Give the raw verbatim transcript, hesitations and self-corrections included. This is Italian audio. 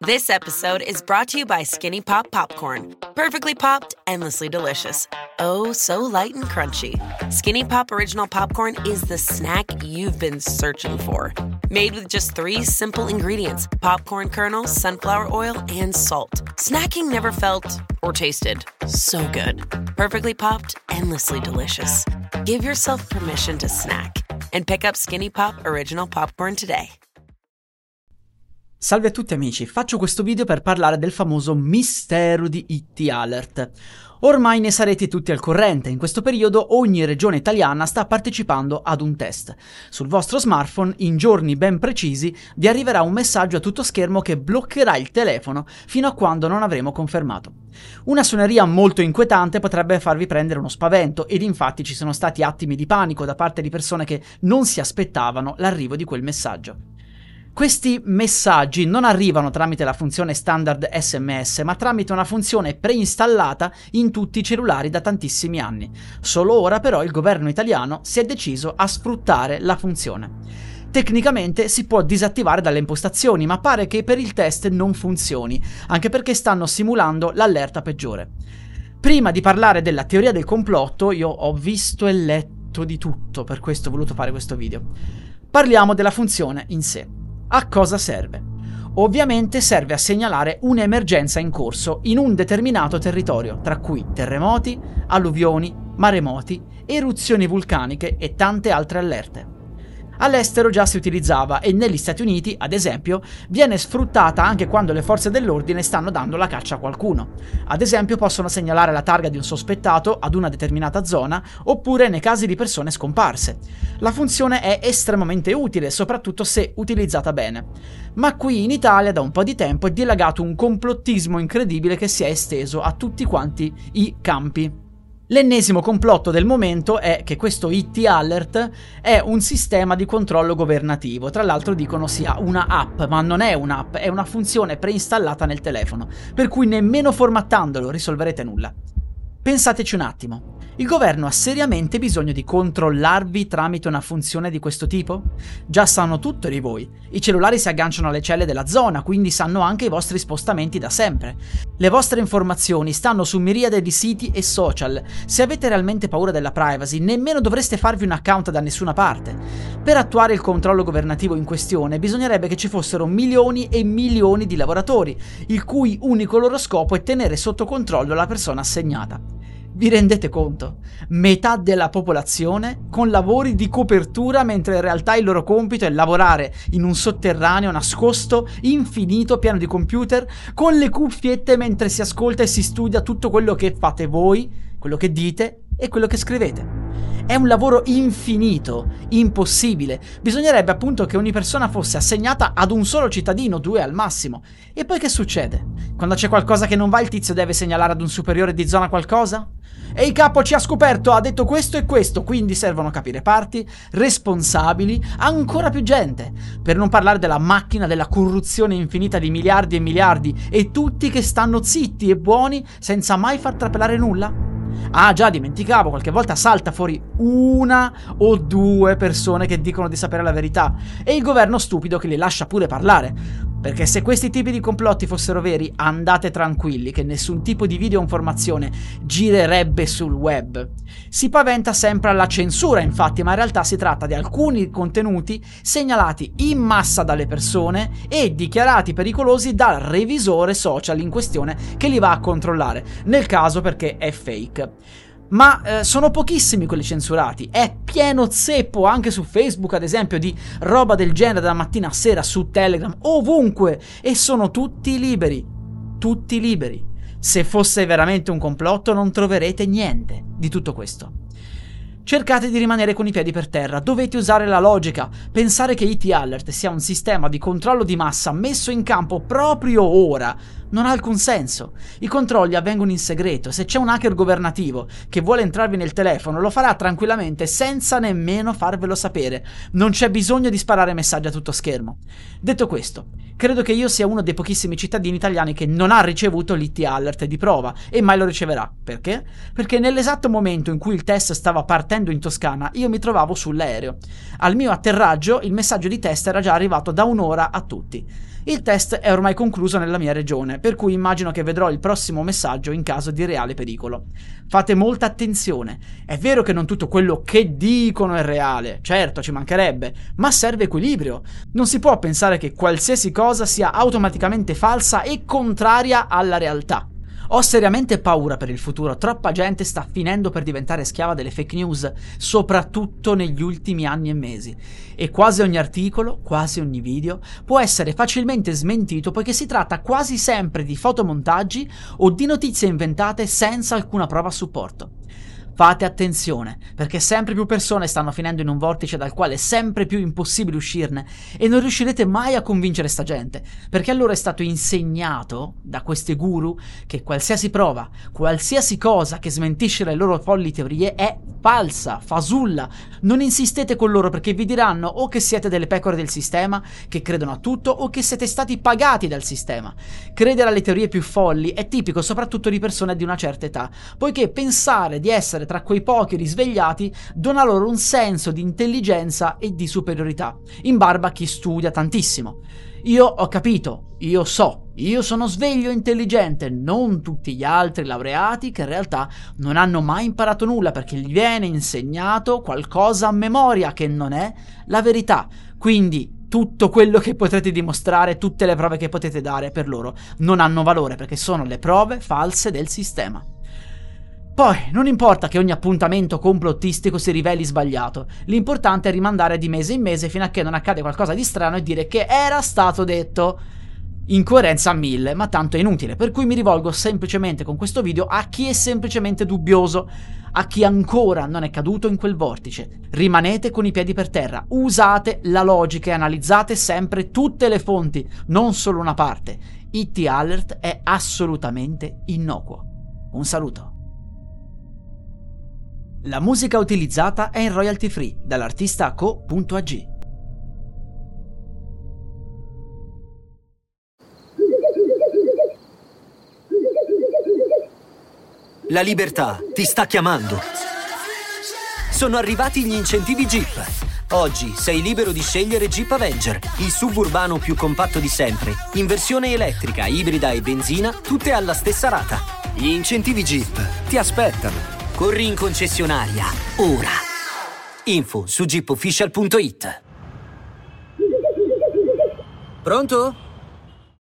This episode is brought to you by Skinny Pop Popcorn. Perfectly popped, endlessly delicious. Oh, so light and crunchy. Skinny Pop Original Popcorn is the snack you've been searching for. Made with just three simple ingredients: popcorn kernels, sunflower oil, and salt. Snacking never felt or tasted so good. Perfectly popped, endlessly delicious. Give yourself permission to snack and pick up Skinny Pop Original Popcorn today. Salve a tutti amici, faccio questo video per parlare del famoso mistero di I T Alert. Ormai ne sarete tutti al corrente, in questo periodo ogni regione italiana sta partecipando ad un test. Sul vostro smartphone, in giorni ben precisi, vi arriverà un messaggio a tutto schermo che bloccherà il telefono fino a quando non avremo confermato. Una suoneria molto inquietante potrebbe farvi prendere uno spavento, ed infatti ci sono stati attimi di panico da parte di persone che non si aspettavano l'arrivo di quel messaggio. Questi messaggi non arrivano tramite la funzione standard S M S, ma tramite una funzione preinstallata in tutti i cellulari da tantissimi anni. Solo ora però il governo italiano si è deciso a sfruttare la funzione. Tecnicamente si può disattivare dalle impostazioni, ma pare che per il test non funzioni, anche perché stanno simulando l'allerta peggiore. Prima di parlare della teoria del complotto, io ho visto e letto di tutto, per questo ho voluto fare questo video. Parliamo della funzione in sé. A cosa serve? Ovviamente serve a segnalare un'emergenza in corso in un determinato territorio, tra cui terremoti, alluvioni, maremoti, eruzioni vulcaniche e tante altre allerte. All'estero già si utilizzava e negli Stati Uniti, ad esempio, viene sfruttata anche quando le forze dell'ordine stanno dando la caccia a qualcuno. Ad esempio possono segnalare la targa di un sospettato ad una determinata zona, oppure nei casi di persone scomparse. La funzione è estremamente utile, soprattutto se utilizzata bene. Ma qui in Italia da un po' di tempo è dilagato un complottismo incredibile che si è esteso a tutti quanti i campi. L'ennesimo complotto del momento è che questo I T Alert è un sistema di controllo governativo. Tra l'altro dicono sia una app, ma non è un'app, è una funzione preinstallata nel telefono, per cui nemmeno formattandolo risolverete nulla. Pensateci un attimo, il governo ha seriamente bisogno di controllarvi tramite una funzione di questo tipo? Già sanno tutto di voi, i cellulari si agganciano alle celle della zona, quindi sanno anche i vostri spostamenti da sempre. Le vostre informazioni stanno su miriade di siti e social. Se avete realmente paura della privacy, nemmeno dovreste farvi un account da nessuna parte. Per attuare il controllo governativo in questione, bisognerebbe che ci fossero milioni e milioni di lavoratori, il cui unico loro scopo è tenere sotto controllo la persona assegnata. Vi rendete conto? Metà della popolazione con lavori di copertura, mentre in realtà il loro compito è lavorare in un sotterraneo nascosto, infinito, pieno di computer, con le cuffiette mentre si ascolta e si studia tutto quello che fate voi, quello che dite e quello che scrivete. È un lavoro infinito, impossibile. Bisognerebbe appunto che ogni persona fosse assegnata ad un solo cittadino, due al massimo. E poi che succede? Quando c'è qualcosa che non va, il tizio deve segnalare ad un superiore di zona qualcosa? E il capo ci ha scoperto, ha detto questo e questo, quindi servono capireparti, responsabili, ancora più gente. Per non parlare della macchina della corruzione infinita di miliardi e miliardi, e tutti che stanno zitti e buoni senza mai far trapelare nulla. Ah già, dimenticavo, qualche volta salta fuori una o due persone che dicono di sapere la verità, e il governo stupido che li lascia pure parlare. Perché se questi tipi di complotti fossero veri, andate tranquilli che nessun tipo di videoinformazione girerebbe sul web. Si paventa sempre alla censura, infatti, ma in realtà si tratta di alcuni contenuti segnalati in massa dalle persone e dichiarati pericolosi dal revisore social in questione che li va a controllare, nel caso perché è fake. Ma eh, sono pochissimi quelli censurati, è pieno zeppo anche su Facebook ad esempio di roba del genere da mattina a sera, su Telegram, ovunque, e sono tutti liberi, tutti liberi. Se fosse veramente un complotto non troverete niente di tutto questo. Cercate di rimanere con i piedi per terra, dovete usare la logica. Pensare che I T Alert sia un sistema di controllo di massa messo in campo proprio ora Non ha alcun senso. I controlli avvengono in segreto. Se c'è un hacker governativo che vuole entrarvi nel telefono, lo farà tranquillamente senza nemmeno farvelo sapere. Non c'è bisogno di sparare messaggi a tutto schermo. Detto questo, credo che io sia uno dei pochissimi cittadini italiani che non ha ricevuto l'I T Alert di prova e mai lo riceverà. Perché? Perché nell'esatto momento in cui il test stava partendo in Toscana, io mi trovavo sull'aereo. Al mio atterraggio il messaggio di test era già arrivato da un'ora a tutti. Il test è ormai concluso nella mia regione, per cui immagino che vedrò il prossimo messaggio in caso di reale pericolo. Fate molta attenzione. È vero che non tutto quello che dicono è reale, certo, ci mancherebbe, ma serve equilibrio. Non si può pensare che qualsiasi cosa sia automaticamente falsa e contraria alla realtà. Ho seriamente paura per il futuro, troppa gente sta finendo per diventare schiava delle fake news, soprattutto negli ultimi anni e mesi. E quasi ogni articolo, quasi ogni video, può essere facilmente smentito poiché si tratta quasi sempre di fotomontaggi o di notizie inventate senza alcuna prova a supporto. Fate attenzione, perché sempre più persone stanno finendo in un vortice dal quale è sempre più impossibile uscirne e non riuscirete mai a convincere sta gente, perché a loro è stato insegnato da questi guru che qualsiasi prova, qualsiasi cosa che smentisce le loro folli teorie è falsa, fasulla. Non insistete con loro perché vi diranno o che siete delle pecore del sistema, che credono a tutto, o che siete stati pagati dal sistema. Credere alle teorie più folli è tipico soprattutto di persone di una certa età, poiché pensare di essere tra quei pochi risvegliati dona loro un senso di intelligenza e di superiorità, in barba a chi studia tantissimo. Io ho capito, io so, io sono sveglio e intelligente, non tutti gli altri laureati che in realtà non hanno mai imparato nulla perché gli viene insegnato qualcosa a memoria che non è la verità. Quindi tutto quello che potrete dimostrare, tutte le prove che potete dare per loro non hanno valore perché sono le prove false del sistema. Poi, non importa che ogni appuntamento complottistico si riveli sbagliato, l'importante è rimandare di mese in mese fino a che non accade qualcosa di strano e dire che era stato detto. Incoerenza a mille, ma tanto è inutile, per cui mi rivolgo semplicemente con questo video a chi è semplicemente dubbioso, a chi ancora non è caduto in quel vortice. Rimanete con i piedi per terra, usate la logica e analizzate sempre tutte le fonti, non solo una parte. I T Alert è assolutamente innocuo. Un saluto. La musica utilizzata è in royalty free dall'artista co punto a g. La libertà ti sta chiamando. Sono arrivati gli incentivi Jeep. Oggi sei libero di scegliere Jeep Avenger, il suburbano più compatto di sempre, in versione elettrica, ibrida e benzina, tutte alla stessa rata. Gli incentivi Jeep ti aspettano. Corri in concessionaria, ora. Info su jeep official punto it. Pronto?